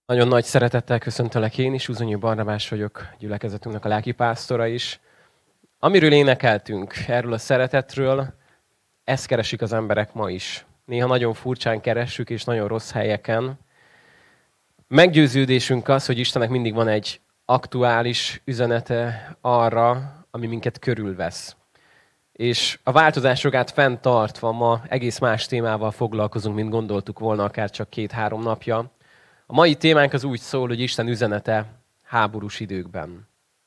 Nagyon nagy szeretettel köszöntelek én is, Uzonyi Barnabás vagyok, gyülekezetünknek a lelkipásztora is. Amiről énekeltünk, erről a szeretetről, ezt keresik az emberek ma is. Néha nagyon furcsán keressük, és nagyon rossz helyeken. Meggyőződésünk az, hogy Istennek mindig van egy aktuális üzenete arra, ami minket körülvesz. És a változás jogát fenntartva ma egész más témával foglalkozunk, mint gondoltuk volna akár csak 2-3 napja. A mai témánk az úgy szól, hogy Isten üzenete háborús időkben.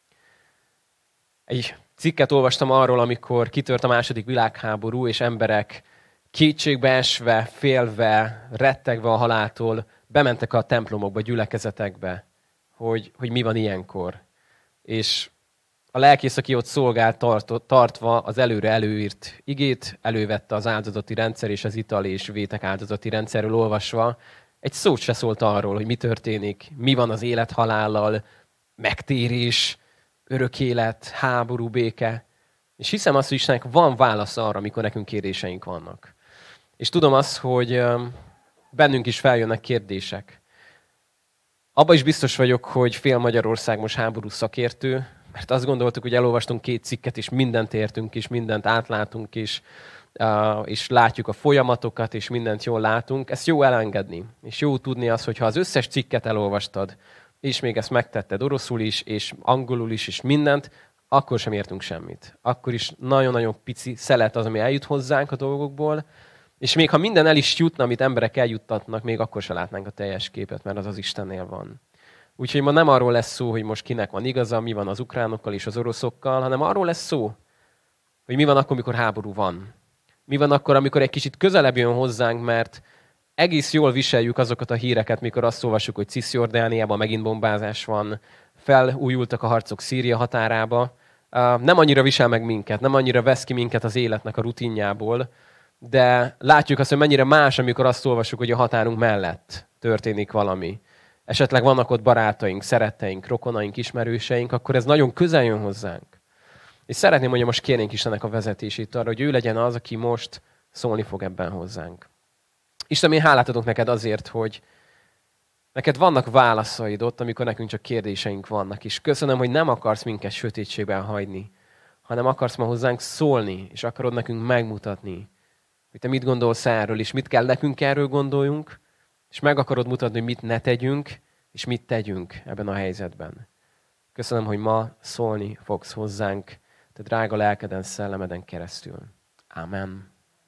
Egy cikket olvastam arról, amikor kitört a második világháború, és emberek kétségbe esve, félve, rettegve a haláltól bementek a templomokba, gyülekezetekbe, hogy mi van ilyenkor. És a lelkész, aki ott szolgált tartva az előre előírt igét, elővette az áldozati rendszer és az ital és vétek áldozati rendszerről olvasva, egy szót se szólt arról, hogy mi történik, mi van az élet-halállal, megtérés, örök élet, háború, béke. És hiszem azt, hogy Istennek van válasz arra, amikor nekünk kérdéseink vannak. És tudom azt, hogy bennünk is feljönnek kérdések. Abba is biztos vagyok, hogy fél Magyarország most háború szakértő, mert azt gondoltuk, hogy elolvastunk 2 cikket, és mindent értünk, és mindent átlátunk, és látjuk a folyamatokat, és mindent jól látunk. Ezt jó elengedni, és jó tudni azt, hogy ha az összes cikket elolvastad, és még ezt megtetted oroszul is, és angolul is, és mindent, akkor sem értünk semmit. Akkor is nagyon-nagyon pici szelet az, ami eljut hozzánk a dolgokból, és még ha minden el is jutna, amit emberek eljuttatnak, még akkor se látnánk a teljes képet, mert az az Istennél van. Úgyhogy ma nem arról lesz szó, hogy most kinek van igaza, mi van az ukránokkal és az oroszokkal, hanem arról lesz szó, hogy mi van akkor, amikor háború van. Mi van akkor, amikor egy kicsit közelebb jön hozzánk, mert egész jól viseljük azokat a híreket, mikor azt olvassuk, hogy Cisjordániában megint bombázás van, felújultak a harcok Szíria határába. Nem annyira visel meg minket, nem annyira vesz ki minket az életnek a rutinjából, de látjuk azt, hogy mennyire más, amikor azt olvassuk, hogy a határunk mellett történik valami. Esetleg vannak ott barátaink, szeretteink, rokonaink, ismerőseink, akkor ez nagyon közel jön hozzánk. És szeretném, hogy most kérnénk Istennek a vezetését arra, hogy ő legyen az, aki most szólni fog ebben hozzánk. Isten, én hálát adok neked azért, hogy neked vannak válaszaid ott, amikor nekünk csak kérdéseink vannak. És köszönöm, hogy nem akarsz minket sötétségben hagyni, hanem akarsz ma hozzánk szólni, és akarod nekünk megmutatni, hogy te mit gondolsz erről, és mit kell nekünk erről gondoljunk, és meg akarod mutatni, hogy mit ne tegyünk, és mit tegyünk ebben a helyzetben. Köszönöm, hogy ma szólni fogsz hozzánk, te drága lelkeden, szellemeden keresztül. Ámen.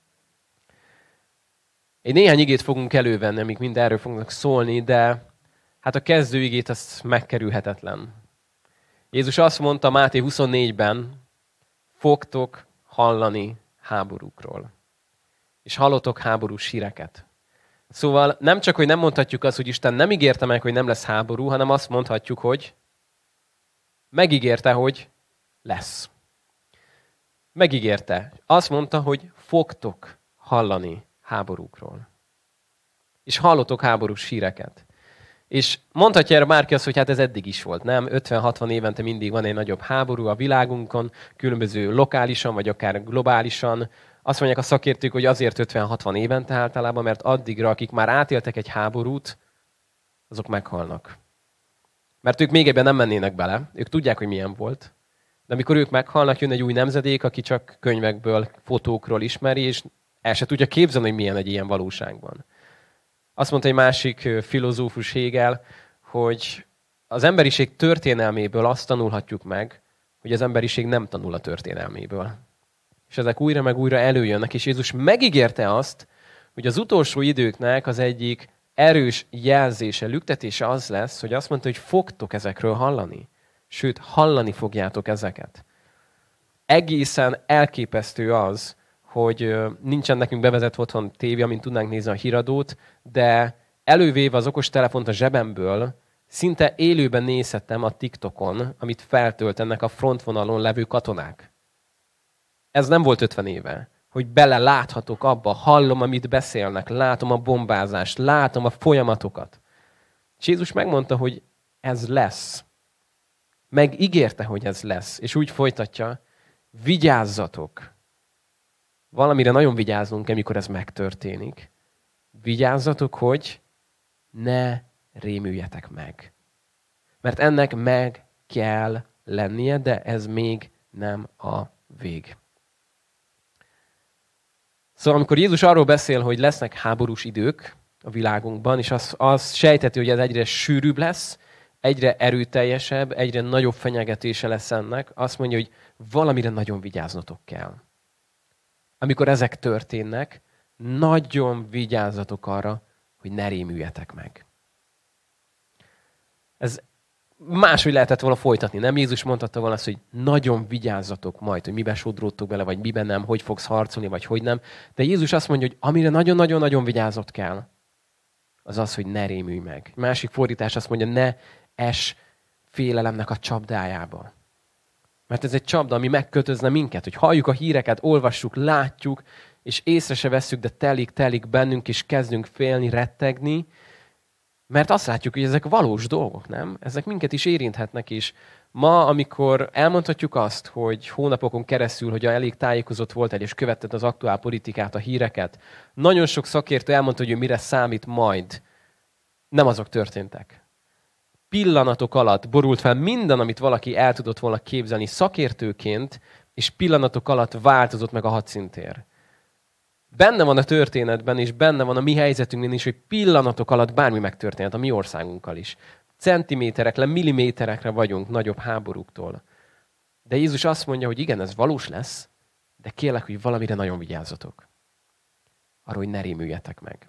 Egy néhány igét fogunk elővenni, amik mind erről fognak szólni, de hát a kezdő igét az megkerülhetetlen. Jézus azt mondta Máté 24-ben, fogtok hallani háborúkról. És hallotok háborús híreket. Szóval nem csak, hogy nem mondhatjuk azt, hogy Isten nem ígérte meg, hogy nem lesz háború, hanem azt mondhatjuk, hogy megígérte, hogy lesz. Megígérte. Azt mondta, hogy fogtok hallani háborúkról. És hallotok háborús híreket. És mondhatja erre bárki azt, hogy hát ez eddig is volt, nem? 50-60 évente mindig van egy nagyobb háború a világunkon, különböző lokálisan, vagy akár globálisan. Azt mondják a szakértők, hogy azért 50-60 évente általában, mert addigra, akik már átéltek egy háborút, azok meghalnak. Mert ők még ebben nem mennének bele, ők tudják, hogy milyen volt. De amikor ők meghalnak, jön egy új nemzedék, aki csak könyvekből, fotókról ismeri, és el se tudja képzelni, hogy milyen egy ilyen valóságban. Azt mondta egy másik filozófus, Hegel, hogy az emberiség történelméből azt tanulhatjuk meg, hogy az emberiség nem tanul a történelméből. És ezek újra meg újra előjönnek, és Jézus megígérte azt, hogy az utolsó időknek az egyik erős jelzése, lüktetése az lesz, hogy azt mondta, hogy fogtok ezekről hallani. Sőt, hallani fogjátok ezeket. Egészen elképesztő az, hogy nincsen nekünk bevezetve otthon tévé, amint tudnánk nézni a híradót, de elővéve az okostelefont a zsebemből, szinte élőben nézhettem a TikTokon, amit feltöltenek a frontvonalon levő katonák. Ez nem volt 50 éve, hogy bele láthatok abba, hallom, amit beszélnek, látom a bombázást, látom a folyamatokat. És Jézus megmondta, hogy ez lesz. Megígérte, hogy ez lesz. És úgy folytatja, vigyázzatok. Valamire nagyon vigyáznunk kell, mikor ez megtörténik. Vigyázzatok, hogy ne rémüljetek meg. Mert ennek meg kell lennie, de ez még nem a vég. Szóval amikor Jézus arról beszél, hogy lesznek háborús idők a világunkban, és az sejteti, hogy ez egyre sűrűbb lesz, egyre erőteljesebb, egyre nagyobb fenyegetése lesz ennek, azt mondja, hogy valamire nagyon vigyáznotok kell. Amikor ezek történnek, nagyon vigyázzatok arra, hogy ne rémüljetek meg. Ez máshogy lehetett volna folytatni, nem? Jézus mondhatta volna azt, hogy nagyon vigyázzatok majd, hogy miben sodródtok bele, vagy miben nem, hogy fogsz harcolni, vagy hogy nem. De Jézus azt mondja, hogy amire nagyon-nagyon-nagyon vigyázott kell, az az, hogy ne rémülj meg. Másik fordítás azt mondja, ne ess félelemnek a csapdájába. Mert ez egy csapda, ami megkötözne minket, hogy halljuk a híreket, olvassuk, látjuk, és észre se vesszük, de telik bennünk, és kezdünk félni, rettegni, mert azt látjuk, hogy ezek valós dolgok, nem? Ezek minket is érinthetnek is. Ma, amikor elmondhatjuk azt, hogy hónapokon keresztül, hogy elég tájékozott voltál, és követted az aktuál politikát, a híreket, nagyon sok szakértő elmondta, hogy ő mire számít majd. Nem azok történtek. Pillanatok alatt borult fel minden, amit valaki el tudott volna képzelni szakértőként, és pillanatok alatt változott meg a hadszintér. Benne van a történetben, és benne van a mi helyzetünkben is, hogy pillanatok alatt bármi megtörténhet a mi országunkkal is. Centiméterekre, milliméterekre vagyunk nagyobb háborúktól. De Jézus azt mondja, hogy igen, ez valós lesz, de kérlek, hogy valamire nagyon vigyázzatok. Arról, hogy ne rémüljetek meg.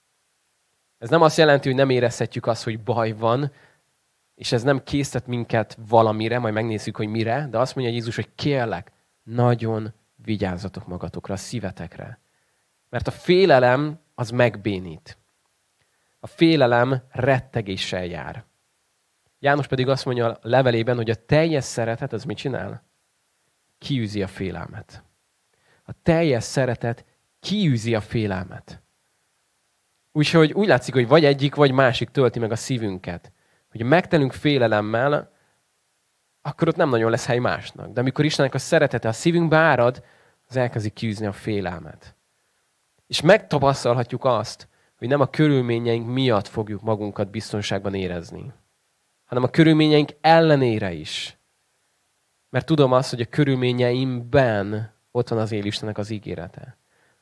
Ez nem azt jelenti, hogy nem érezhetjük azt, hogy baj van, és ez nem késztet minket valamire, majd megnézzük, hogy mire, de azt mondja Jézus, hogy kérlek, nagyon vigyázzatok magatokra, a szívetekre. Mert a félelem az megbénít. A félelem rettegéssel jár. János pedig azt mondja a levelében, hogy a teljes szeretet az mit csinál? Kiűzi a félelmet. A teljes szeretet kiűzi a félelmet. Úgyhogy úgy látszik, hogy vagy egyik, vagy másik tölti meg a szívünket. Hogy megtelünk félelemmel, akkor ott nem nagyon lesz hely másnak. De amikor Istennek a szeretete a szívünkbe árad, az elkezdi kiűzni a félelmet. És megtapasztalhatjuk azt, hogy nem a körülményeink miatt fogjuk magunkat biztonságban érezni, hanem a körülményeink ellenére is. Mert tudom azt, hogy a körülményeimben ott van az él Istennek az ígérete.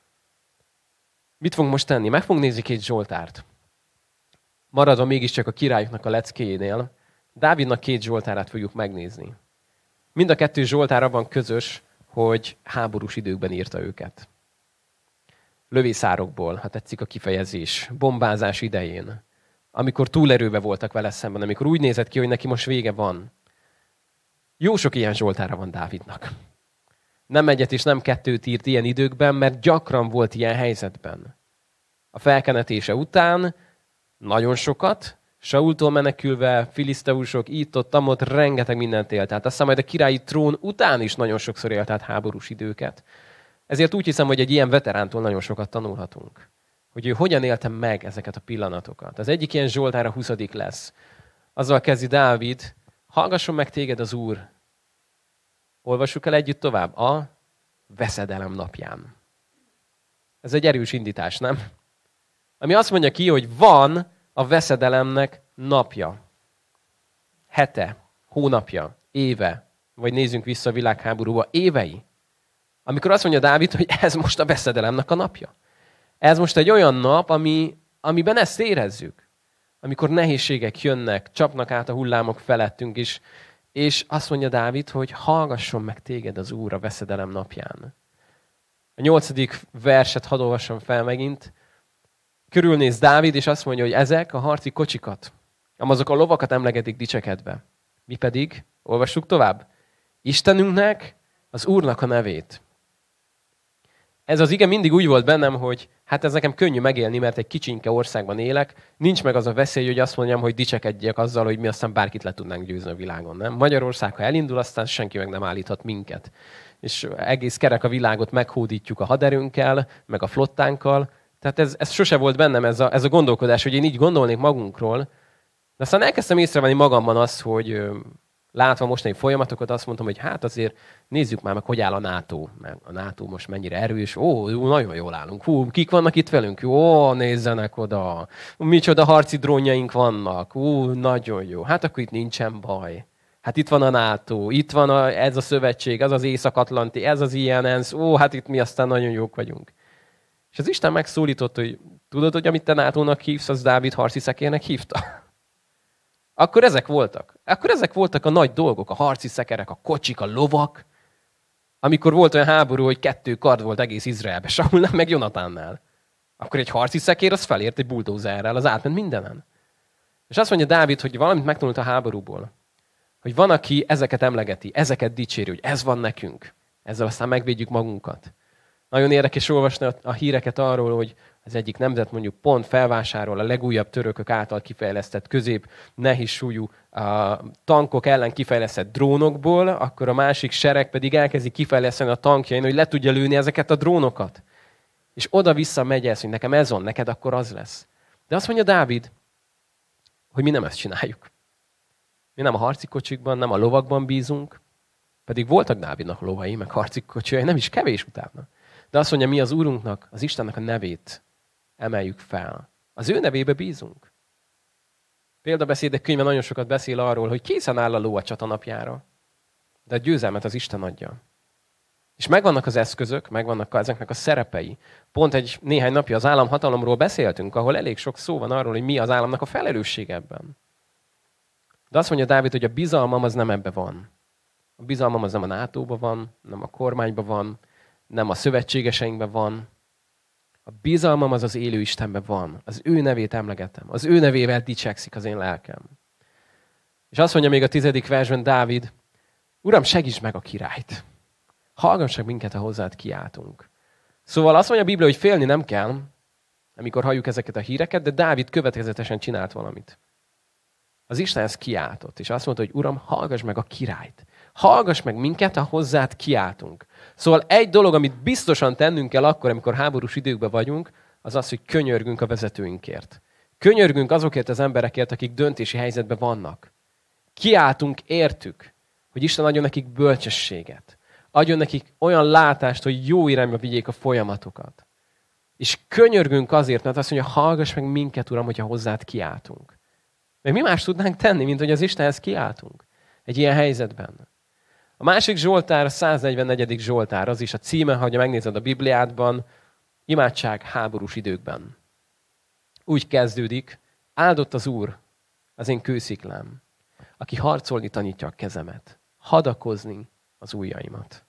Mit fogunk most tenni? Meg fogunk nézni 2 Zsoltárt. Maradva mégiscsak a királyoknak a leckéjénél, Dávidnak 2 Zsoltárát fogjuk megnézni. Mind a 2 Zsoltár abban közös, hogy háborús időkben írta őket. Lövészárokból, ha tetszik a kifejezés, bombázás idején, amikor túlerőbe voltak vele szemben, amikor úgy nézett ki, hogy neki most vége van. Jó sok ilyen Zsoltára van Dávidnak. Nem 1 és nem 2 írt ilyen időkben, mert gyakran volt ilyen helyzetben. A felkenetése után nagyon sokat, Saultól menekülve, filiszteusok, itt-ott, rengeteg mindent élt át. Aztán majd a királyi trón után is nagyon sokszor élt át háborús időket. Ezért úgy hiszem, hogy egy ilyen veterántól nagyon sokat tanulhatunk. Hogy ő hogyan élte meg ezeket a pillanatokat. Az egyik ilyen Zsoltár a 20. lesz. Azzal kezdi Dávid, hallgasson meg téged az Úr. Olvassuk el együtt tovább. A veszedelem napján. Ez egy erős indítás, nem? Ami azt mondja ki, hogy van a veszedelemnek napja. Hete, hónapja, éve, vagy nézzünk vissza a világháborúba, évei. Amikor azt mondja Dávid, hogy ez most a veszedelemnek a napja. Ez most egy olyan nap, amiben ezt érezzük. Amikor nehézségek jönnek, csapnak át a hullámok felettünk is, és azt mondja Dávid, hogy hallgasson meg téged az Úr a veszedelem napján. A 8. verset hadd olvassam fel megint. Körülnéz Dávid, és azt mondja, hogy ezek a harci kocsikat, azok a lovakat emlegetik dicsekedve. Mi pedig, olvassuk tovább, Istenünknek, az Úrnak a nevét. Ez az ige mindig úgy volt bennem, hogy hát ez nekem könnyű megélni, mert egy kicsinke országban élek, nincs meg az a veszély, hogy azt mondjam, hogy dicsekedjek azzal, hogy mi aztán bárkit le tudnánk győzni a világon. Nem? Magyarország, ha elindul, aztán senki meg nem állíthat minket. És egész kerek a világot meghódítjuk a haderőnkkel, meg a flottánkkal. Tehát ez sose volt bennem ez a gondolkodás, hogy én így gondolnék magunkról. De aztán elkezdtem észrevenni magamban azt, hogy Látva mostani folyamatokat azt mondtam, hogy hát azért nézzük már meg, hogy áll a NATO. Mert a NATO most mennyire erős. Ó, nagyon jól állunk. Hú, kik vannak itt velünk? Jó, nézzenek oda. Micsoda harci drónjaink vannak. Nagyon jó. Hát akkor itt nincsen baj. Hát itt van a NATO, itt van ez a szövetség, az az Észak-Atlanti, ez az ilyen ENSZ. Hát itt mi aztán nagyon jók vagyunk. És az Isten megszólított, hogy tudod, hogy amit te NATO-nak hívsz, az Dávid harci szekérnek hívta? Akkor ezek voltak. Akkor ezek voltak a nagy dolgok, a harci szekerek, a kocsik, a lovak. Amikor volt olyan háború, hogy 2 kard volt egész Izraelbe, Saulnál meg Jonatánnál. Akkor egy harci szekér az felért egy buldózerrel, az átment mindenen. És azt mondja Dávid, hogy valamit megtanult a háborúból. Hogy van, aki ezeket emlegeti, ezeket dicséri, hogy ez van nekünk. Ezzel aztán megvédjük magunkat. Nagyon érdekes olvasni a híreket arról, hogy az egyik nemzet mondjuk pont felvásárol a legújabb törökök által kifejlesztett közép nehéz súlyú tankok ellen kifejlesztett drónokból, akkor a másik sereg pedig elkezdi kifejleszteni a tankjain, hogy le tudja lőni ezeket a drónokat. És oda-vissza megy ez, hogy nekem ez van, neked akkor az lesz. De azt mondja Dávid, hogy mi nem ezt csináljuk. Mi nem a harci kocsikban, nem a lovakban bízunk, pedig voltak Dávidnak lovai, meg harci kocsijai, nem is kevés utána. De azt mondja, mi az Úrunknak, az Istennek a nevét emeljük fel. Az ő nevébe bízunk. Példabeszédek könyve nagyon sokat beszél arról, hogy készen áll a ló a csatanapjára, de a győzelmet az Isten adja. És megvannak az eszközök, megvannak ezeknek a szerepei. Pont néhány napja az államhatalomról beszéltünk, ahol elég sok szó van arról, hogy mi az államnak a felelőssége ebben. De azt mondja Dávid, hogy a bizalmam az nem ebbe van. A bizalmam az nem a NATO-ba van, nem a kormányban van, nem a szövetségeseinkben van. A bizalmam az az élő Istenben van. Az ő nevét emlegetem. Az ő nevével dicsekszik az én lelkem. És azt mondja még a 10. versben Dávid, Uram, segíts meg a királyt. Hallgass meg minket, ha hozzád kiáltunk. Szóval azt mondja a Biblia, hogy félni nem kell, amikor halljuk ezeket a híreket, de Dávid következetesen csinált valamit. Az Isten ezt kiáltott, és azt mondta, hogy Uram, hallgass meg a királyt. Hallgass meg minket, ha hozzád kiáltunk. Szóval egy dolog, amit biztosan tennünk kell akkor, amikor háborús időkben vagyunk, az az, hogy könyörgünk a vezetőinkért. Könyörgünk azokért az emberekért, akik döntési helyzetben vannak. Kiáltunk értük, hogy Isten adjon nekik bölcsességet. Adjon nekik olyan látást, hogy jó irányba vigyék a folyamatokat. És könyörgünk azért, mert azt mondja, hallgass meg minket, Uram, hogyha hozzád kiáltunk. Meg mi más tudnánk tenni, mint hogy az Istenhez kiáltunk egy ilyen helyzetben. A másik Zsoltár, a 144. Zsoltár, az is a címe, ha megnézed a Bibliádban, imádság háborús időkben. Úgy kezdődik, áldott az Úr, az én kősziklám, aki harcolni tanítja a kezemet, hadakozni az ujjaimat.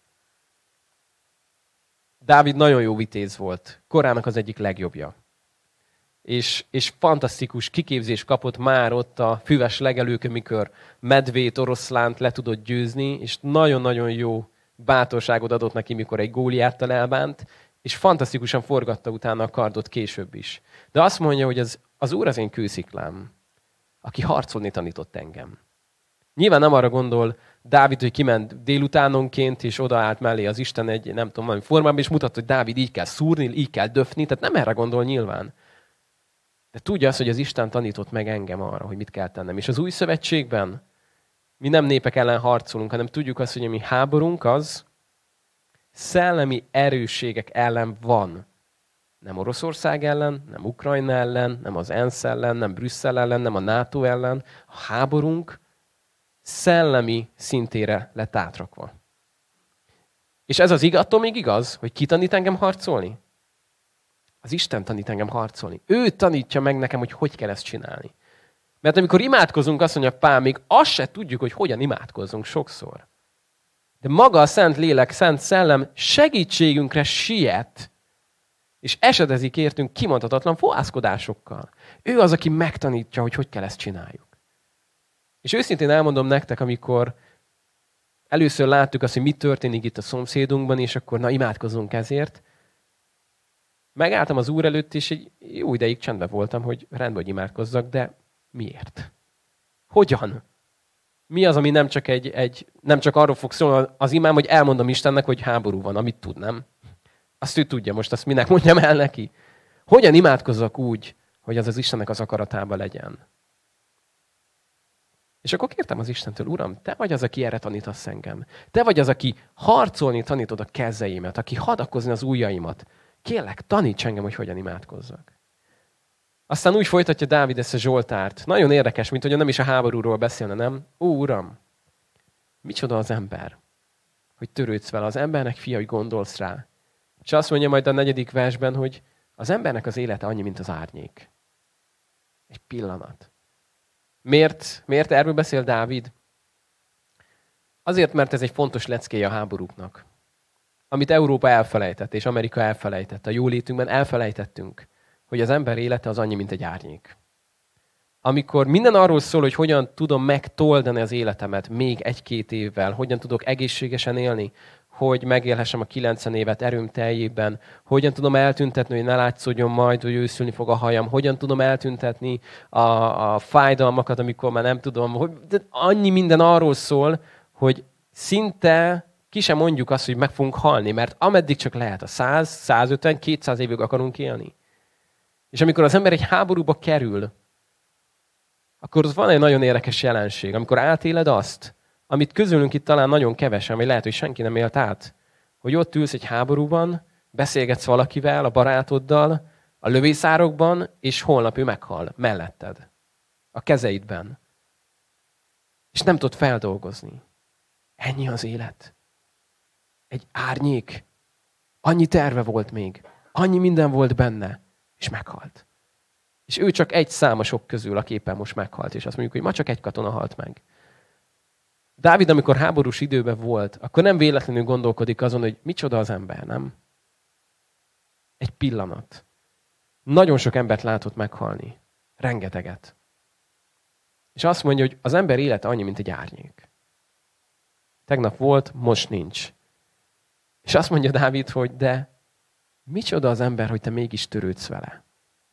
Dávid nagyon jó vitéz volt, korának az egyik legjobbja. És fantasztikus kiképzést kapott már ott a füves legelőkön, mikor medvét, oroszlánt le tudott győzni, és nagyon-nagyon jó bátorságot adott neki, mikor egy Góliáttal elbánt, és fantasztikusan forgatta utána a kardot később is. De azt mondja, hogy az Úr az én kősziklám, aki harcolni tanított engem. Nyilván nem arra gondol Dávid, hogy kiment délutánonként, és odaállt mellé az Isten egy, nem tudom, valami formában, és mutatta, hogy Dávid így kell szúrni, így kell döfni, tehát nem erre gondol nyilván. De tudja azt, hogy az Isten tanított meg engem arra, hogy mit kell tennem. És az új szövetségben mi nem népek ellen harcolunk, hanem tudjuk azt, hogy a mi háborunk az szellemi erősségek ellen van. Nem Oroszország ellen, nem Ukrajna ellen, nem az ENSZ ellen, nem Brüsszel ellen, nem a NATO ellen. A háborunk szellemi szintére lett átrakva. És ez az attól még igaz, hogy ki tanít engem harcolni? Az Isten tanít engem harcolni. Ő tanítja meg nekem, hogy hogy kell ezt csinálni. Mert amikor imádkozunk, azt mondja Pál, még azt se tudjuk, hogy hogyan imádkozzunk sokszor. De maga a Szent Lélek, Szent Szellem segítségünkre siet, és esedezik értünk kimondhatatlan fohászkodásokkal. Ő az, aki megtanítja, hogy hogy kell ezt csináljuk. És őszintén elmondom nektek, amikor először láttuk azt, hogy mi történik itt a szomszédunkban, és akkor na imádkozzunk ezért, megálltam az Úr előtt, és egy jó ideig csendben voltam, hogy rendben, hogy imádkozzak, de miért? Hogyan? Mi az, ami nem csak arról fog szólni az imám, hogy elmondom Istennek, hogy háború van, amit tud, nem? Azt ő tudja most, azt minek mondjam el neki? Hogyan imádkozzak úgy, hogy az az Istennek az akaratában legyen? És akkor kértem az Istentől, Uram, te vagy az, aki erre tanítasz engem. Te vagy az, aki harcolni tanítod a kezeimet, aki hadakozni az ujjaimat. Kérlek, taníts engem, hogy hogyan imádkozzak. Aztán úgy folytatja Dávid ezt a Zsoltárt. Nagyon érdekes, mint hogy nem is a háborúról beszélne, nem? Ó, Uram, micsoda az ember, hogy törődsz vele. Az embernek fia, hogy gondolsz rá. És azt mondja majd a 4. versben, hogy az embernek az élete annyi, mint az árnyék. Egy pillanat. Miért erről beszél Dávid? Azért, mert ez egy fontos leckéje a háborúknak. Amit Európa elfelejtett, és Amerika elfelejtett. A jólétünkben elfelejtettünk, hogy az ember élete az annyi, mint egy árnyék. Amikor minden arról szól, hogy hogyan tudom megtoldani az életemet még 1-2 évvel, hogyan tudok egészségesen élni, hogy megélhessem a 90 évet erőm teljében, hogyan tudom eltüntetni, hogy ne látszódjon majd, hogy őszülni fog a hajam, hogyan tudom eltüntetni a fájdalmakat, amikor már nem tudom, de annyi minden arról szól, hogy szinte ki sem mondjuk azt, hogy meg fogunk halni, mert ameddig csak lehet, a 100, 150, 200 évig akarunk élni. És amikor az ember egy háborúba kerül, akkor ott van egy nagyon érdekes jelenség. Amikor átéled azt, amit közülünk itt talán nagyon kevesen, vagy lehet, hogy senki nem élt át, hogy ott ülsz egy háborúban, beszélgetsz valakivel, a barátoddal, a lövészárokban, és holnap ő meghal melletted, a kezeidben. És nem tudod feldolgozni. Ennyi az élet. Egy árnyék. Annyi terve volt még. Annyi minden volt benne. És meghalt. És ő csak egy számosok közül, aki éppen most meghalt. És azt mondjuk, hogy ma csak egy katona halt meg. Dávid, amikor háborús időben volt, akkor nem véletlenül gondolkodik azon, hogy micsoda az ember, nem? Egy pillanat. Nagyon sok embert látott meghalni. Rengeteget. És azt mondja, hogy az ember élete annyi, mint egy árnyék. Tegnap volt, most nincs. És azt mondja Dávid, hogy de micsoda az ember, hogy te mégis törődsz vele.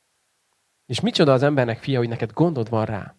És micsoda az embernek fia, hogy neked gondod van rá.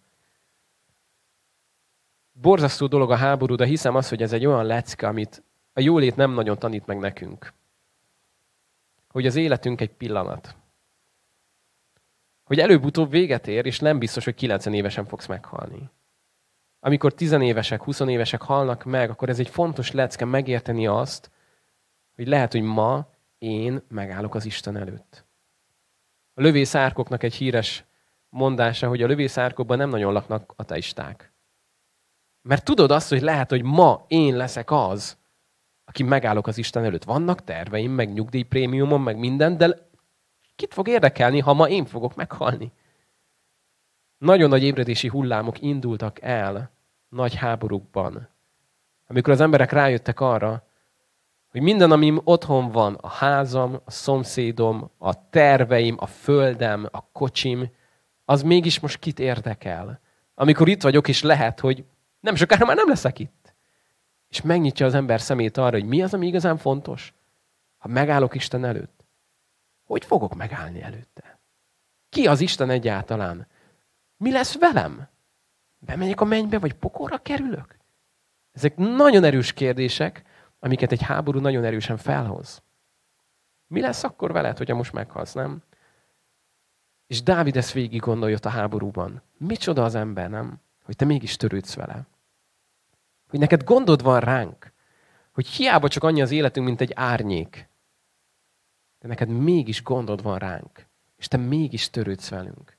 Borzasztó dolog a háború, de hiszem azt, hogy ez egy olyan lecke, amit a jólét nem nagyon tanít meg nekünk. Hogy az életünk egy pillanat. Hogy előbb-utóbb véget ér, és nem biztos, hogy 90 évesen fogsz meghalni. Amikor 10 évesek, 20 évesek halnak meg, akkor ez egy fontos lecke megérteni azt, hogy lehet, hogy ma én megállok az Isten előtt. A lövészárkoknak egy híres mondása, hogy a lövészárkokban nem nagyon laknak ateisták. Mert tudod azt, hogy lehet, hogy ma én leszek az, aki megállok az Isten előtt. Vannak terveim, meg nyugdíjprémiumom, meg minden, de kit fog érdekelni, ha ma én fogok meghalni? Nagyon nagy ébredési hullámok indultak el nagy háborúkban. Amikor az emberek rájöttek arra, hogy minden, ami otthon van, a házam, a szomszédom, a terveim, a földem, a kocsim, az mégis most kit érdekel. Amikor itt vagyok, és lehet, hogy nem sokára már nem leszek itt. És megnyitja az ember szemét arra, hogy mi az, ami igazán fontos, ha megállok Isten előtt. Hogy fogok megállni előtte? Ki az Isten egyáltalán? Mi lesz velem? Bemegyek a mennybe, vagy pokolra kerülök? Ezek nagyon erős kérdések, amiket egy háború nagyon erősen felhoz. Mi lesz akkor veled, hogyha most meghalsz, nem? És Dávid ezt végig gondolja a háborúban. Micsoda az ember, nem? Hogy te mégis törődsz vele. Hogy neked gondod van ránk. Hogy hiába csak annyi az életünk, mint egy árnyék. De neked mégis gondod van ránk. És te mégis törődsz velünk.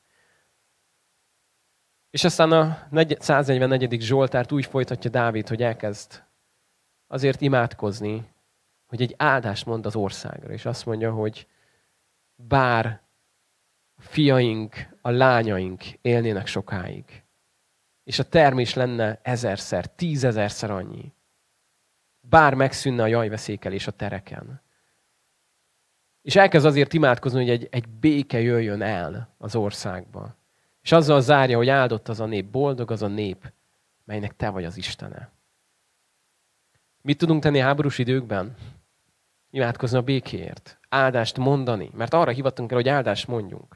És aztán a 144. Zsoltárt úgy folytatja Dávid, hogy elkezd azért imádkozni, hogy egy áldást mond az országra. És azt mondja, hogy bár a fiaink, a lányaink élnének sokáig, és a termés lenne 1000-szer, 10 000-szer annyi, bár megszűnne a jajveszékelés a tereken. És elkezd azért imádkozni, hogy egy béke jöjjön el az országba. És azzal zárja, hogy áldott az a nép, boldog az a nép, melynek te vagy az Istene. Mit tudunk tenni háborús időkben? Imádkozni a békéért. Áldást mondani. Mert arra hivatunk el, hogy áldást mondjunk.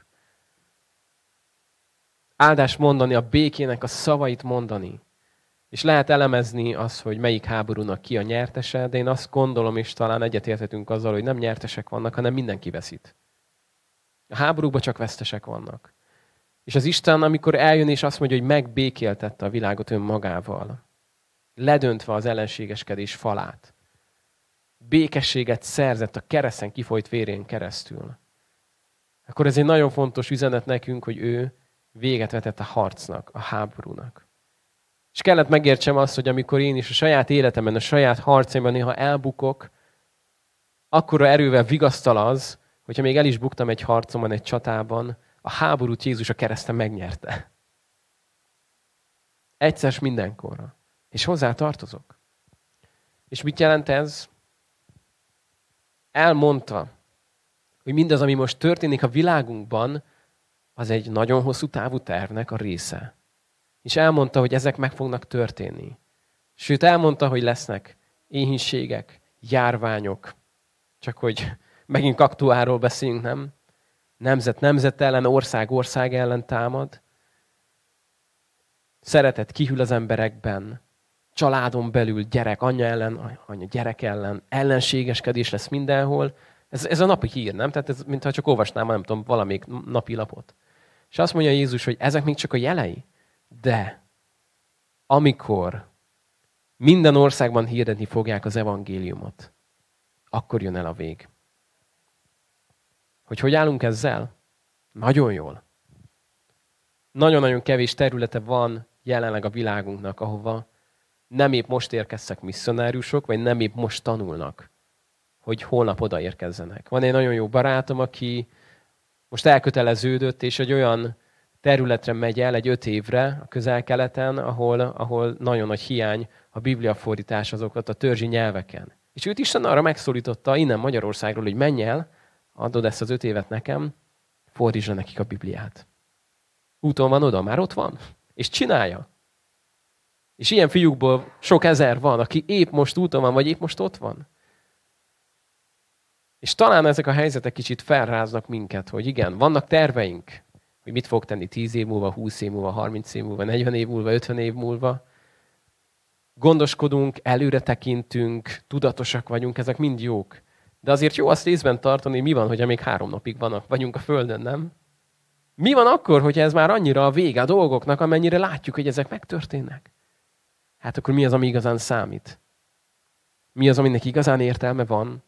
Áldást mondani, a békének a szavait mondani. És lehet elemezni azt, hogy melyik háborúnak ki a nyertese, de én azt gondolom, és talán egyetérthetünk azzal, hogy nem nyertesek vannak, hanem mindenki veszít. A háborúkban csak vesztesek vannak. És az Isten, amikor eljön és azt mondja, hogy megbékéltette a világot önmagával, ledöntve az ellenségeskedés falát, békességet szerzett a kereszten kifolyt vérén keresztül, akkor ez egy nagyon fontos üzenet nekünk, hogy ő véget vetett a harcnak, a háborúnak. És kellett megértsem azt, hogy amikor én is a saját életemben, a saját harcaimban néha elbukok, akkora erővel vigasztal az, hogyha még el is buktam egy harcomban, egy csatában, a háborút Jézus a kereszten megnyerte. Egyszer s mindenkorra. És hozzá tartozok. És mit jelent ez? Elmondta, hogy mindaz, ami most történik a világunkban, az egy nagyon hosszú távú tervnek a része. És elmondta, hogy ezek meg fognak történni. Sőt, elmondta, hogy lesznek éhínségek, járványok, csak hogy megint aktuálról beszélünk, nem? Nemzet nemzet ellen, ország ellen támad. Szeretet kihűl az emberekben, családon belül gyerek, anyja ellen, anya gyerek ellen, ellenségeskedés lesz mindenhol. Ez a napi hír, nem? Tehát ez, mintha csak olvasnám, nem tudom, valamelyik napi lapot. És azt mondja Jézus, hogy ezek még csak a jelei, de amikor minden országban hirdetni fogják az evangéliumot, akkor jön el a vég. Hogy állunk ezzel? Nagyon jól. Nagyon-nagyon kevés területe van jelenleg a világunknak, ahova nem épp most érkeztek misszionáriusok, vagy nem épp most tanulnak, hogy holnap odaérkezzenek. Van egy nagyon jó barátom, aki most elköteleződött, és egy olyan területre megy el egy 5 évre a Közel-Keleten, ahol nagyon nagy hiány a bibliafordítás azokat a törzsi nyelveken. És őt Isten arra megszólította innen Magyarországról, hogy menj el, adod ezt az 5 évet nekem, fordítsd nekik a Bibliát. Úton van oda, már ott van. És csinálja. És ilyen fiúkból sok ezer van, aki épp most úton van, vagy épp most ott van. És talán ezek a helyzetek kicsit felráznak minket, hogy igen, vannak terveink, hogy mit fog tenni 10 év múlva, 20 év múlva, 30 év múlva, 40 év múlva, 50 év múlva. Gondoskodunk, előre tekintünk, tudatosak vagyunk, ezek mind jók. De azért jó azt részben tartani, mi van, hogyha még 3 napig vagyunk a Földön, nem? Mi van akkor, hogyha ez már annyira a vége a dolgoknak, amennyire látjuk, hogy ezek megtörténnek? Hát akkor mi az, ami igazán számít? Mi az, aminek igazán értelme van?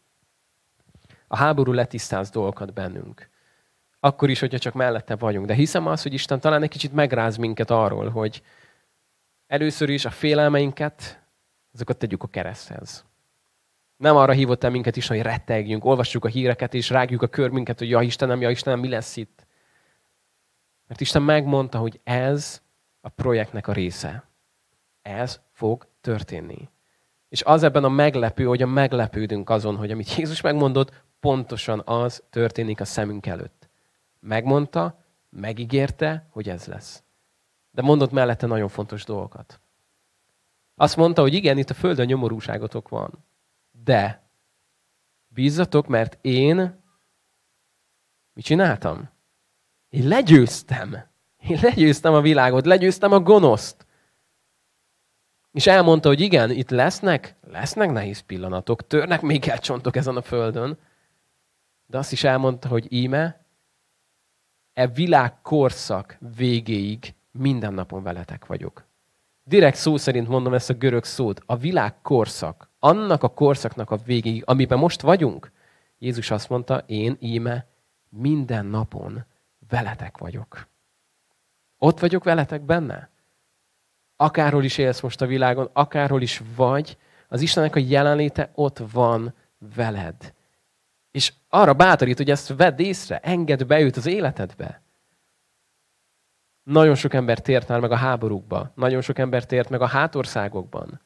A háború letisztáz dolgokat bennünk. Akkor is, hogyha csak mellette vagyunk. De hiszem azt, hogy Isten talán egy kicsit megráz minket arról, hogy először is a félelmeinket, azokat tegyük a kereszthez. Nem arra hívott el minket is, hogy rettegjünk, olvassuk a híreket, és rágjuk a körmünket, hogy ja Istenem, mi lesz itt? Mert Isten megmondta, hogy ez a projektnek a része. Ez fog történni. És az ebben a meglepő, hogy meglepődünk azon, hogy amit Jézus megmondott, pontosan az történik a szemünk előtt. Megmondta, megígérte, hogy ez lesz. De mondott mellette nagyon fontos dolgokat. Azt mondta, hogy igen, itt a földön nyomorúságotok van. De bízzatok, mert én mit csináltam? Én legyőztem a világot, legyőztem a gonoszt. És elmondta, hogy igen, itt lesznek nehéz pillanatok, törnek még el csontok ezen a földön. De azt is elmondta, hogy íme, világ korszak végéig minden napon veletek vagyok. Direkt szó szerint mondom ezt a görög szót. A világ korszak, annak a korszaknak a végéig, amiben most vagyunk, Jézus azt mondta, én íme minden napon veletek vagyok. Ott vagyok veletek benne? Akárhol is élsz most a világon, akárhol is vagy, az Istennek a jelenléte ott van veled. És arra bátorít, hogy ezt vedd észre, engedd be őt az életedbe. Nagyon sok ember tért már meg a háborúkba, nagyon sok ember tért meg a hátországokban.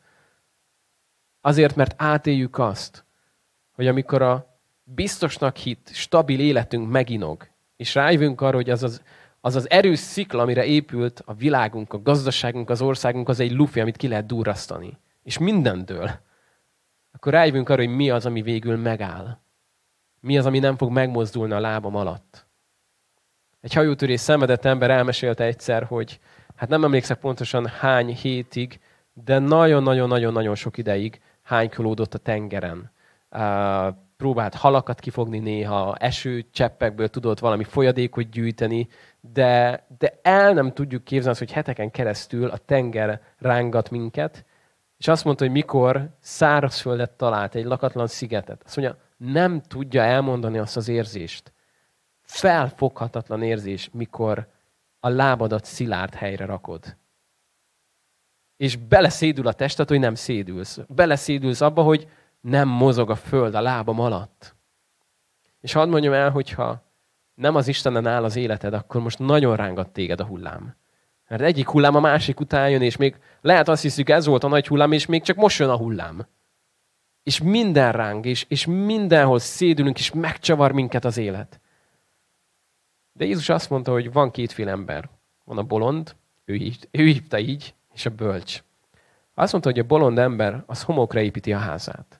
Azért, mert átéljük azt, hogy amikor a biztosnak hitt, stabil életünk meginog, és rájövünk arra, hogy az az erős szikla, amire épült a világunk, a gazdaságunk, az országunk, az egy lufi, amit ki lehet durrasztani. És minden dől. Akkor rájövünk arra, hogy mi az, ami végül megáll. Mi az, ami nem fog megmozdulni a lábam alatt. Egy hajótörés szenvedett ember elmesélte egyszer, hogy hát nem emlékszek pontosan hány hétig, de nagyon-nagyon-nagyon-nagyon sok ideig hánykolódott a tengeren. próbált halakat kifogni néha, esőcseppekből tudott valami folyadékot gyűjteni, de el nem tudjuk képzelni, hogy heteken keresztül a tenger rángat minket, és azt mondta, hogy mikor szárazföldet talált, egy lakatlan szigetet, azt mondja, nem tudja elmondani azt az érzést. Felfoghatatlan érzés, mikor a lábadat szilárd helyre rakod. És beleszédül a tested, hogy nem szédülsz. Beleszédülsz abba, hogy nem mozog a föld a lábam alatt. És hadd mondjam el, hogyha nem az Istenen áll az életed, akkor most nagyon rángat téged a hullám. Mert egyik hullám a másik után jön, és még lehet azt hiszük, ez volt a nagy hullám, és még csak most jön a hullám. És minden ráng, és mindenhol szédülünk, és megcsavar minket az élet. De Jézus azt mondta, hogy van kétféle ember. Van a bolond, ő hívta így, és a bölcs. Azt mondta, hogy a bolond ember az homokra építi a házát.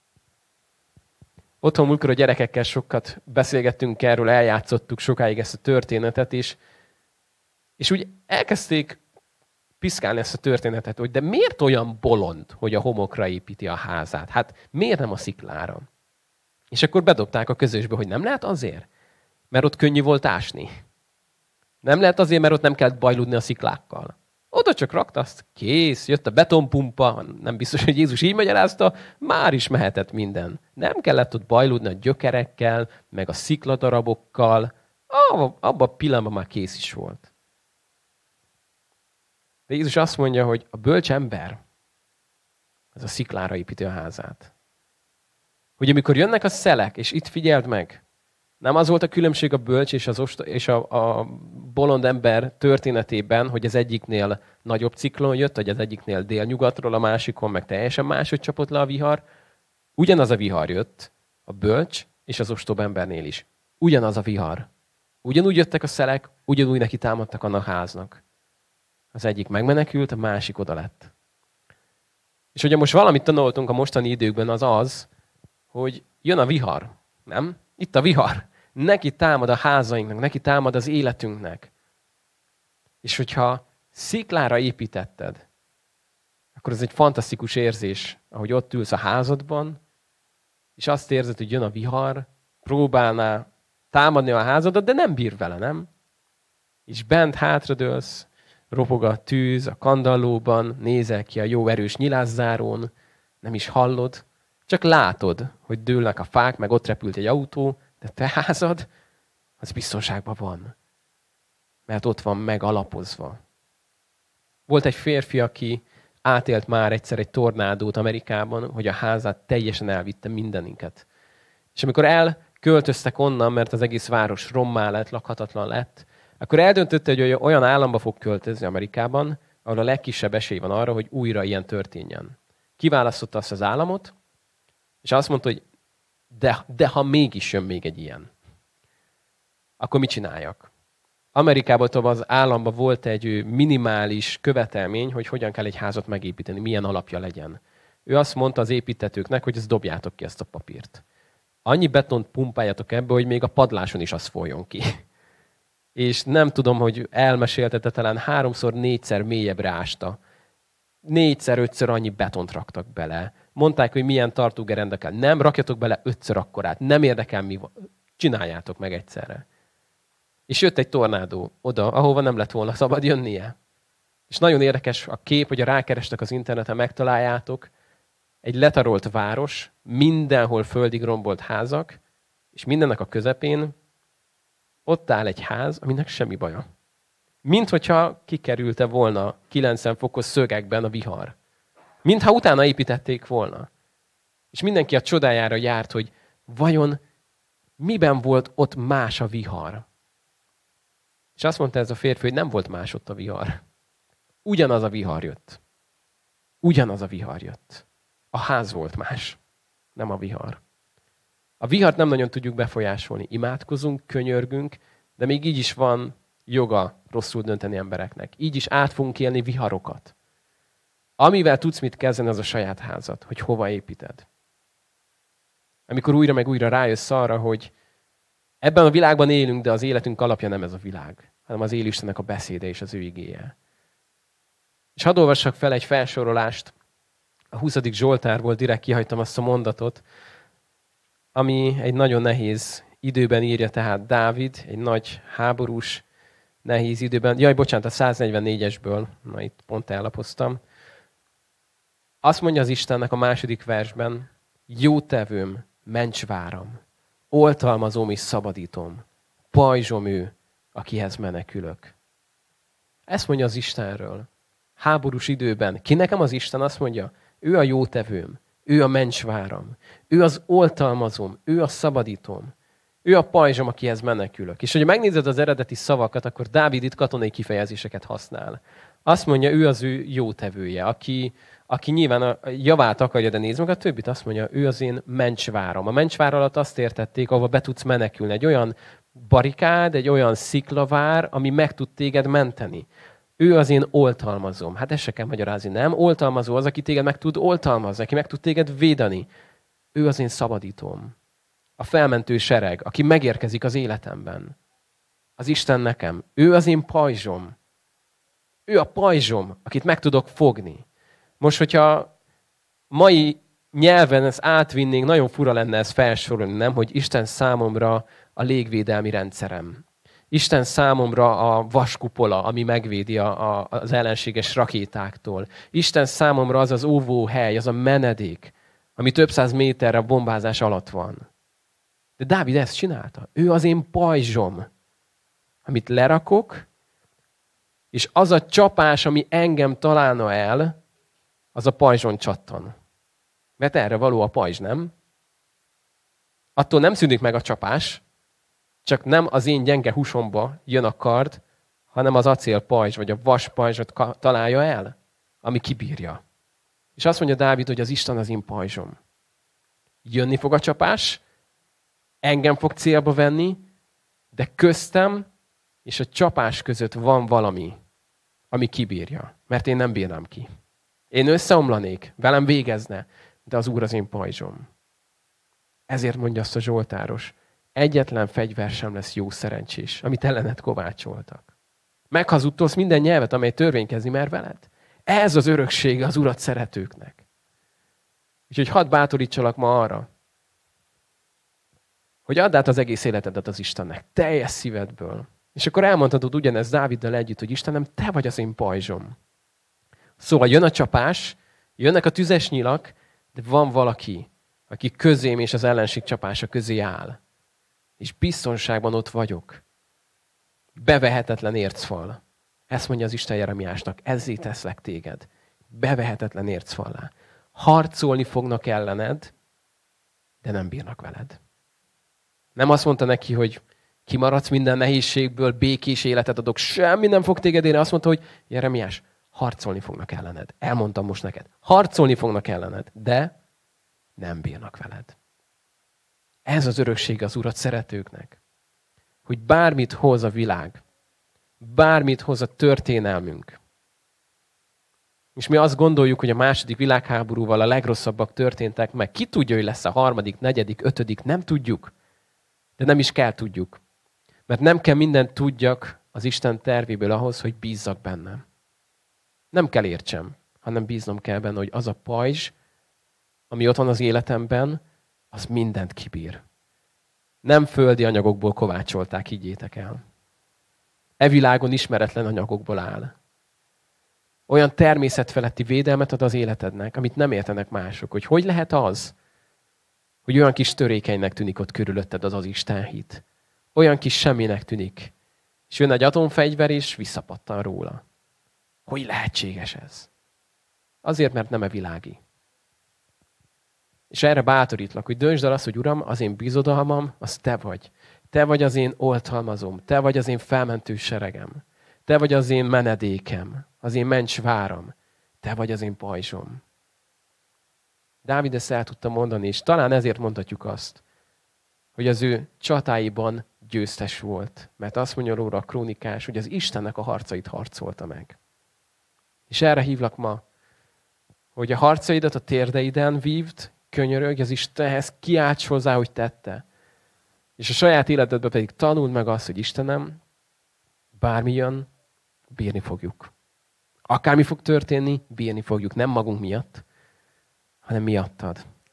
Otthon múltkor a gyerekekkel sokat beszélgettünk erről, eljátszottuk sokáig ezt a történetet, és úgy elkezdték piszkálni ezt a történetet, hogy de miért olyan bolond, hogy a homokra építi a házát? Hát miért nem a sziklára? És akkor bedobták a közösbe, hogy nem lehet azért, mert ott könnyű volt ásni. Nem lehet azért, mert ott nem kellett bajlódni a sziklákkal. Oda csak rakta azt, kész, jött a betonpumpa, nem biztos, hogy Jézus így magyarázta, már is mehetett minden. Nem kellett ott bajlódni a gyökerekkel, meg a szikladarabokkal, abban a pillanatban már kész is volt. De Jézus azt mondja, hogy a bölcs ember, az a sziklára építi a házát. Hogy amikor jönnek a szelek, és itt figyeld meg, nem az volt a különbség a bölcs és a bolond ember történetében, hogy az egyiknél nagyobb ciklon jött, vagy az egyiknél délnyugatról, a másikon meg teljesen máshogy csapott le a vihar. Ugyanaz a vihar jött a bölcs és az ostoba embernél is. Ugyanaz a vihar. Ugyanúgy jöttek a szelek, ugyanúgy neki támadtak annak háznak. Az egyik megmenekült, a másik oda lett. És ugye most valamit tanultunk a mostani időkben az, hogy jön a vihar, nem? Itt a vihar. Neki támad a házainknak, neki támad az életünknek. És hogyha sziklára építetted, akkor ez egy fantasztikus érzés, ahogy ott ülsz a házadban, és azt érzed, hogy jön a vihar, próbálná támadni a házadat, de nem bír vele, nem? És bent hátradőlsz, ropog a tűz a kandallóban, nézel ki a jó erős nyilászárón, nem is hallod, csak látod, hogy dőlnek a fák, meg ott repült egy autó, de te házad, az biztonságban van. Mert ott van megalapozva. Volt egy férfi, aki átélt már egyszer egy tornádót Amerikában, hogy a házát teljesen elvitte mindeninket. És amikor elköltöztek onnan, mert az egész város rommá lett, lakhatatlan lett, akkor eldöntötte, hogy olyan államba fog költözni Amerikában, ahol a legkisebb esély van arra, hogy újra ilyen történjen. Kiválasztotta azt az államot, és azt mondta, hogy de ha mégis jön még egy ilyen, akkor mit csináljak? Amerikában tovább az államban volt egy minimális követelmény, hogy hogyan kell egy házat megépíteni, milyen alapja legyen. Ő azt mondta az építtetőknek, hogy ezt dobjátok ki ezt a papírt. Annyi betont pumpáljatok ebbe, hogy még a padláson is az folyjon ki. És nem tudom, hogy elmeséltette, talán 3-4-szer mélyebbre ásta. 4-5-ször annyi betont raktak bele. Mondták, hogy milyen tartógerenda kell. Nem, rakjatok bele 5-ször akkorát. Nem érdekel, mi van. Csináljátok meg egyszerre. És jött egy tornádó oda, ahova nem lett volna szabad jönnie. És nagyon érdekes a kép, hogy rákerestek az interneten, megtaláljátok. Egy letarolt város, mindenhol földig rombolt házak, és mindennek a közepén ott áll egy ház, aminek semmi baja. Mint hogyha kikerülte volna 90 fokos szögekben a vihar. Mintha utána építették volna. És mindenki a csodájára járt, hogy vajon miben volt ott más a vihar. És azt mondta ez a férfi, hogy nem volt más ott a vihar. Ugyanaz a vihar jött. Ugyanaz a vihar jött. A ház volt más, nem a vihar. A vihart nem nagyon tudjuk befolyásolni. Imádkozunk, könyörgünk, de még így is van joga rosszul dönteni embereknek. Így is át fogunk élni viharokat. Amivel tudsz mit kezdeni, az a saját házad, hogy hova építed. Amikor újra meg újra rájössz arra, hogy ebben a világban élünk, de az életünk alapja nem ez a világ, hanem az élő Istennek a beszéde és az ő igéje. És hadd olvassak fel egy felsorolást. A 20. Zsoltárból direkt kihagytam azt a mondatot. ami egy nagyon nehéz időben írja tehát Dávid, egy nagy háborús, nehéz időben. Jaj, bocsánat, a 144-esből, na itt pont ellapoztam. Azt mondja az Istennek a második versben, jótevőm, mencsváram, oltalmazom és szabadítom, pajzsom ő, akihez menekülök. Ezt mondja az Istenről. Háborús időben. Ki nekem az Isten? Azt mondja, ő a jótevőm, ő a mencsváram, ő az oltalmazom, ő a szabadítom, ő a pajzsom, akihez menekülök. És hogyha megnézed az eredeti szavakat, akkor Dávid itt katonai kifejezéseket használ. Azt mondja, ő az ő jótevője, aki nyilván a javát akarja, de nézd meg, a többit azt mondja, ő az én mencsvárom. A mencsvár alatt azt értették, ahova be tudsz menekülni. Egy olyan barikád, egy olyan sziklavár, ami meg tud téged menteni. Ő az én oltalmazom. Hát ezt se kell magyarázni, nem? Oltalmazó az, aki téged meg tud oltalmazni, aki meg tud téged védeni. Ő az én szabadítom. A felmentő sereg, aki megérkezik az életemben. Az Isten nekem. Ő az én pajzsom. Ő a pajzsom, akit meg tudok fogni. Most, hogyha mai nyelven ezt átvinnénk, nagyon fura lenne ezt felsorolni, nem? Hogy Isten számomra a légvédelmi rendszerem. Isten számomra a vaskupola, ami megvédi az ellenséges rakétáktól. Isten számomra az az óvóhely, az a menedék, ami több száz méterre bombázás alatt van. De Dávid ezt csinálta. Ő az én pajzsom, amit lerakok, és az a csapás, ami engem találna el, az a pajzson csattan. Mert erre való a pajzs, nem? Attól nem szűnik meg a csapás, csak nem az én gyenge húsomba jön a kard, hanem az acélpajzs, vagy a vaspajzsot találja el, ami kibírja. És azt mondja Dávid, hogy az Isten az én pajzsom. Jönni fog a csapás, engem fog célba venni, de köztem és a csapás között van valami, ami kibírja. Mert én nem bírnám ki. Én összeomlanék, velem végezne, de az Úr az én pajzsom. Ezért mondja azt a zsoltáros, egyetlen fegyver sem lesz jó szerencsés, amit ellened kovácsoltak. Meghazudtolsz minden nyelvet, amely törvénykezni mer veled. Ez az öröksége az Urat szeretőknek. Úgyhogy hadd bátorítsalak ma arra, hogy add át az egész életedet az Istennek, teljes szívedből. És akkor elmondhatod ugyanezt Dáviddal együtt, hogy Istenem, te vagy az én pajzsom. Szóval jön a csapás, jönnek a tüzes nyilak, de van valaki, aki közém és az ellenség csapása közé áll. És biztonságban ott vagyok. Bevehetetlen ércfal. Ezt mondja az Isten Jeremiásnak, ezzé teszlek téged. Bevehetetlen ércfallá. Harcolni fognak ellened, de nem bírnak veled. Nem azt mondta neki, hogy kimaradsz minden nehézségből, békés életet adok, semmi nem fog téged érni. Azt mondta, hogy Jeremiás, harcolni fognak ellened. Elmondtam most neked. Harcolni fognak ellened, de nem bírnak veled. Ez az örökség az Urat szeretőknek. Hogy bármit hoz a világ, bármit hoz a történelmünk. És mi azt gondoljuk, hogy a második világháborúval a legrosszabbak történtek meg. Ki tudja, hogy lesz a harmadik, negyedik, ötödik, nem tudjuk. De nem is kell tudjuk. Mert nem kell mindent tudjak az Isten tervéből ahhoz, hogy bízzak bennem. Nem kell értsem, hanem bíznom kell benne, hogy az a pajzs, ami ott van az életemben, az mindent kibír. Nem földi anyagokból kovácsolták, higgyétek el. E világon ismeretlen anyagokból áll. Olyan természetfeletti védelmet ad az életednek, amit nem értenek mások. Hogy lehet az, hogy olyan kis törékenynek tűnik ott körülötted az Istenhit. Olyan kis semminek tűnik. És jön egy atomfegyver, és visszapattan róla. Hogy lehetséges ez? Azért, mert nem a világi. És erre bátorítlak, hogy döntsd el azt, hogy Uram, az én bizodalmam, az te vagy. Te vagy az én oltalmazom, te vagy az én felmentő seregem. Te vagy az én menedékem, az én mencsváram. Te vagy az én pajzsom. Dávid ezt el tudta mondani, és talán ezért mondhatjuk azt, hogy az ő csatáiban győztes volt. Mert azt mondja róla a krónikás, hogy az Istennek a harcait harcolta meg. És erre hívlak ma, hogy a harcaidat a térdeiden vívd, könyörögj az Istenhez, kiálts hozzá, hogy tette. És a saját életedben pedig tanuld meg azt, hogy Istenem, bármi jön, bírni fogjuk. Akármi fog történni, bírni fogjuk. Nem magunk miatt, hanem miattad.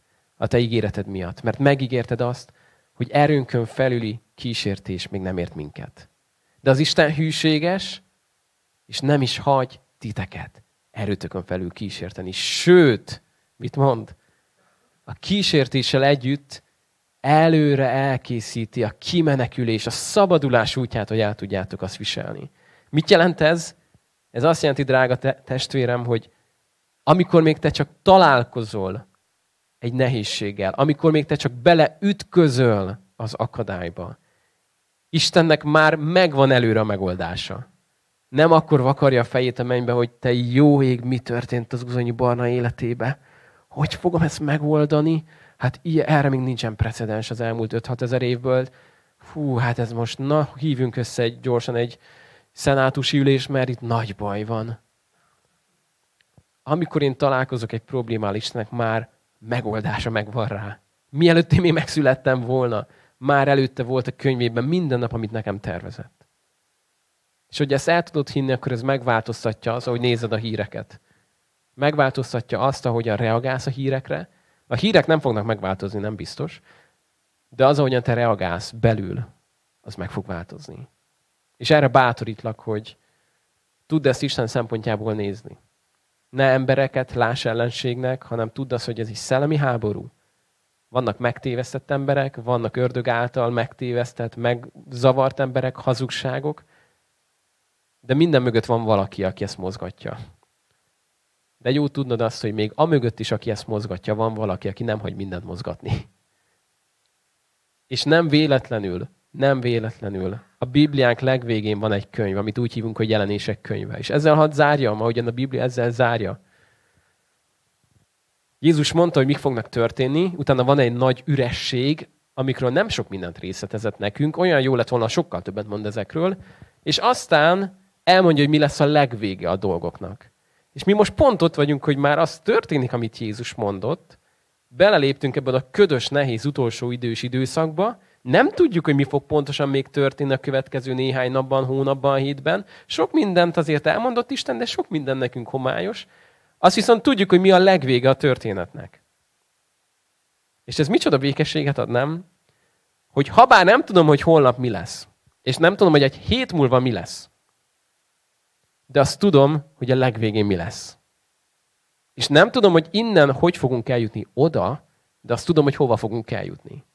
a te ígéreted miatt. Mert megígérted azt, hogy erőnkön felüli kísértés még nem ért minket. De az Isten hűséges, és nem is hagy titeket erőtökön felül kísérteni. Sőt, mit mond? A kísértéssel együtt előre elkészíti a kimenekülés, a szabadulás útját, hogy el tudjátok azt viselni. Mit jelent ez? Ez azt jelenti, drága testvérem, hogy amikor még te csak találkozol egy nehézséggel, amikor még te csak beleütközöl az akadályba, Istennek már megvan előre a megoldása. Nem akkor vakarja a fejét a mennybe, hogy te jó ég, mi történt az Uzonyi Barna életébe. Hogy fogom ezt megoldani? Hát erre még nincsen precedens az elmúlt 5-6 ezer évből. Fú, hát ez most, hívjunk össze gyorsan egy szenátusi ülés, mert itt nagy baj van. Amikor én találkozok egy problémával, Istennek már megoldása megvan rá. Mielőtt én még megszülettem volna, már előtte volt a könyvében minden nap, amit nekem tervezett. És hogy ezt el tudod hinni, akkor ez megváltoztatja az, ahogy nézed a híreket. Megváltoztatja azt, ahogyan reagálsz a hírekre. A hírek nem fognak megváltozni, nem biztos. De az, ahogyan te reagálsz belül, az meg fog változni. És erre bátorítlak, hogy tudd ezt Isten szempontjából nézni. Ne embereket láss ellenségnek, hanem tudd azt, hogy ez egy szellemi háború. Vannak megtévesztett emberek, vannak ördög által megtévesztett, megzavart emberek, hazugságok, de minden mögött van valaki, aki ezt mozgatja. De jó tudnod azt, hogy még amögött is, aki ezt mozgatja, van valaki, aki nem hagy mindent mozgatni. És nem véletlenül a Bibliánk legvégén van egy könyv, amit úgy hívunk, hogy Jelenések könyve. És ezzel hadd zárjam, ahogyan a Biblia ezzel zárja. Jézus mondta, hogy mik fognak történni, utána van egy nagy üresség, amikről nem sok mindent részletezett nekünk, olyan jó lett volna, sokkal többet mond ezekről, és aztán elmondja, hogy mi lesz a legvége a dolgoknak. És mi most pont ott vagyunk, hogy már az történik, amit Jézus mondott, beleléptünk ebben a ködös, nehéz, utolsó idős időszakba, nem tudjuk, hogy mi fog pontosan még történni a következő néhány napban, hónapban, hétben. Sok mindent azért elmondott Isten, de sok minden nekünk homályos. Azt viszont tudjuk, hogy mi a legvége a történetnek. És ez micsoda békességet ad, nem? Hogy habár nem tudom, hogy holnap mi lesz, és nem tudom, hogy egy hét múlva mi lesz, de azt tudom, hogy a legvégén mi lesz. És nem tudom, hogy innen hogy fogunk eljutni oda, de azt tudom, hogy hova fogunk eljutni.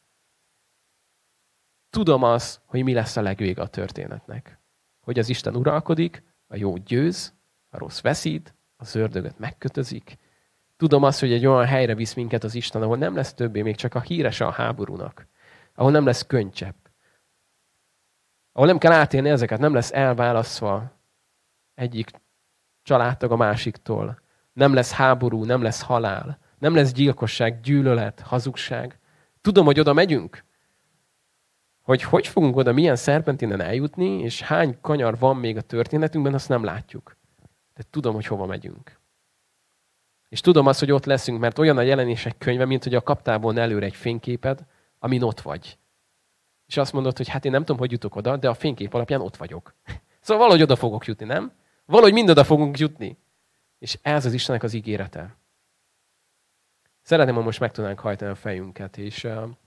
Tudom azt, hogy mi lesz a legvége a történetnek. Hogy az Isten uralkodik, a jó győz, a rossz veszít, az ördögöt megkötözik. Tudom azt, hogy egy olyan helyre visz minket az Isten, ahol nem lesz többé még csak a hírese a háborúnak. Ahol nem lesz könycsepp. Ahol nem kell átélni ezeket, nem lesz elválasztva egyik családtag a másiktól. Nem lesz háború, nem lesz halál. Nem lesz gyilkosság, gyűlölet, hazugság. Tudom, hogy oda megyünk. Hogy fogunk oda, milyen szerpentinen eljutni, és hány kanyar van még a történetünkben, azt nem látjuk. De tudom, hogy hova megyünk. És tudom azt, hogy ott leszünk, mert olyan a Jelenések könyve, mint hogy a kaptál volna előre egy fényképed, amin ott vagy. És azt mondod, hogy hát én nem tudom, hogy jutok oda, de a fénykép alapján ott vagyok. Szóval valahogy oda fogok jutni, nem? Valahogy mind oda fogunk jutni. És ez az Istennek az ígérete. Szeretném, ha most meg tudnánk hajtani a fejünket, és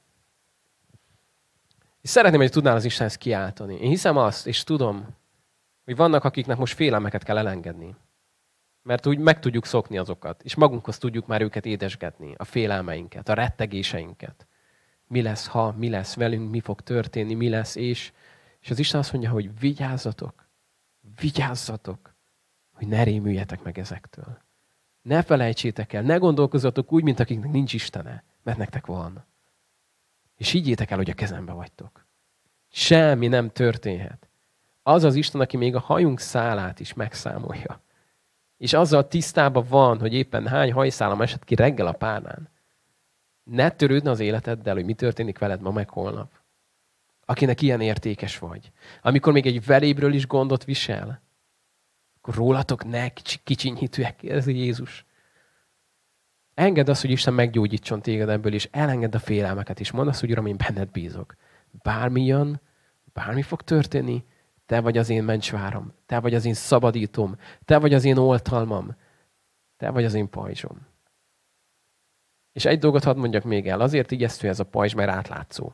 szeretném, hogy tudnál az Istenhez kiáltani. Én hiszem azt, és tudom, hogy vannak, akiknek most félelmeket kell elengedni. Mert úgy meg tudjuk szokni azokat, és magunkhoz tudjuk már őket édesgetni, a félelmeinket, a rettegéseinket. Mi lesz, ha, mi lesz velünk, mi fog történni, mi lesz, és az Isten azt mondja, hogy vigyázzatok, hogy ne rémüljetek meg ezektől. Ne felejtsétek el, ne gondolkozzatok úgy, mint akiknek nincs Istene, mert nektek van. És higgyétek el, hogy a kezembe vagytok. Semmi nem történhet. Az az Isten, aki még a hajunk szálát is megszámolja. És azzal tisztában van, hogy éppen hány hajszálam esett ki reggel a párnán. Ne törődne az életeddel, hogy mi történik veled ma meg holnap. Akinek ilyen értékes vagy. Amikor még egy velébről is gondot visel, akkor rólatok ne kicsinyítőek, ez Jézus. Engedd azt, hogy Isten meggyógyítson téged ebből, és elengedd a félelmeket, és mondd azt, hogy Uram, én benned bízok. Bármi jön, bármi fog történni, te vagy az én mencsvárom, te vagy az én szabadítom, te vagy az én oltalmam, te vagy az én pajzsom. És egy dolgot hadd mondjak még el. Azért ijesztő ez a pajzs, mert átlátszó.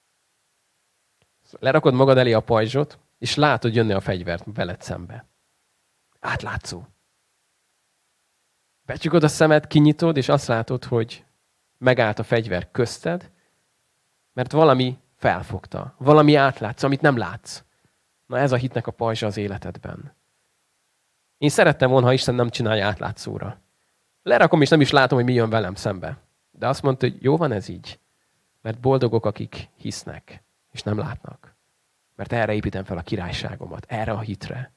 Lerakod magad elé a pajzsot, és látod jönni a fegyvert veled szembe. Átlátszó. Becsukod a szemed, kinyitod, és azt látod, hogy megállt a fegyver közted, mert valami felfogta. Valami átlátsz, amit nem látsz. Na ez a hitnek a pajzsa az életedben. Én szerettem volna, ha Isten nem csinálja átlátszóra. Lerakom, és nem is látom, hogy mi jön velem szembe. De azt mondta, hogy jó van ez így. Mert boldogok, akik hisznek, és nem látnak. Mert erre építem fel a királyságomat, erre a hitre.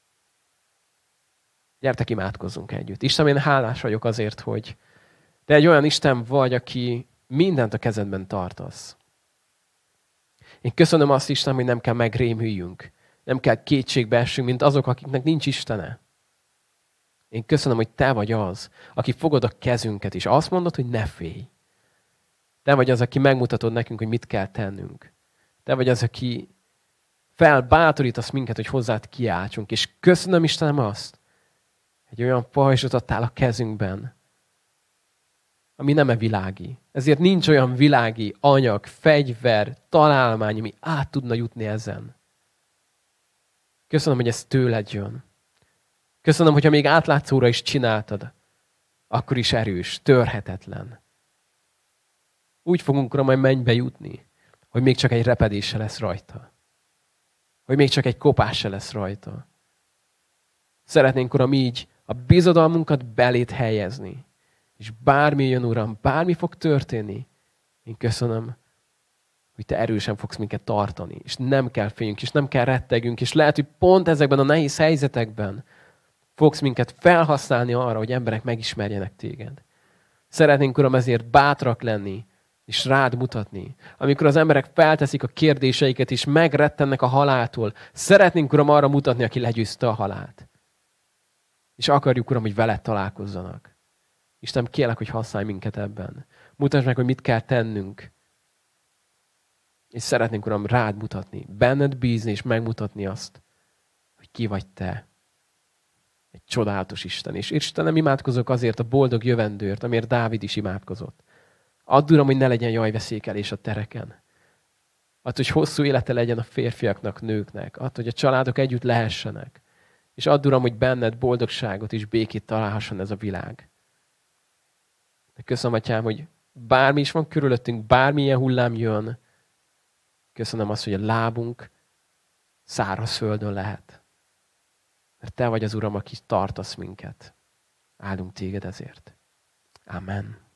Gyertek, imádkozzunk együtt. Istenem, én hálás vagyok azért, hogy te egy olyan Isten vagy, aki mindent a kezedben tartasz. Én köszönöm azt, Istenem, hogy nem kell megrémüljünk. Nem kell kétségbe essünk, mint azok, akiknek nincs Istene. Én köszönöm, hogy te vagy az, aki fogod a kezünket, és azt mondod, hogy ne félj. Te vagy az, aki megmutatod nekünk, hogy mit kell tennünk. Te vagy az, aki felbátorítasz minket, hogy hozzád kiáltsunk. És köszönöm, Istenem, azt, egy olyan pajzsot adtál a kezünkben, ami nem világi. Ezért nincs olyan világi anyag, fegyver, találmány, ami át tudna jutni ezen. Köszönöm, hogy ez tőled jön. Köszönöm, hogyha még átlátszóra is csináltad, akkor is erős, törhetetlen. Úgy fogunk, Uram, majd mennybe jutni, hogy még csak egy repedés se lesz rajta. Hogy még csak egy kopás se lesz rajta. Szeretnénk, Uram, így a bizodalmunkat belét helyezni. És bármi jön, Uram, bármi fog történni, én köszönöm, hogy te erősen fogsz minket tartani. És nem kell féljünk, és nem kell rettegünk, és lehet, hogy pont ezekben a nehéz helyzetekben fogsz minket felhasználni arra, hogy emberek megismerjenek téged. Szeretnénk, Uram, ezért bátrak lenni, és rád mutatni. Amikor az emberek felteszik a kérdéseiket, és megrettennek a haláltól, szeretnénk, Uram, arra mutatni, aki legyőzte a halált. És akarjuk, Uram, hogy veled találkozzanak. Istenem, kérlek, hogy használj minket ebben. Mutasd meg, hogy mit kell tennünk. És szeretnénk, Uram, rád mutatni, benned bízni, és megmutatni azt, hogy ki vagy te. Egy csodálatos Isten. És Istenem, imádkozok azért a boldog jövendőért, amiért Dávid is imádkozott. Add, Uram, hogy ne legyen jajveszékelés a tereken. Add, hogy hosszú élete legyen a férfiaknak, nőknek. Add, hogy a családok együtt lehessenek. És add, Uram, hogy benned boldogságot és békét találhasson ez a világ. De köszönöm, Atyám, hogy bármi is van körülöttünk, bármilyen hullám jön, köszönöm azt, hogy a lábunk száraz földön lehet. Mert te vagy az Uram, aki tartasz minket. Áldunk téged ezért. Amen.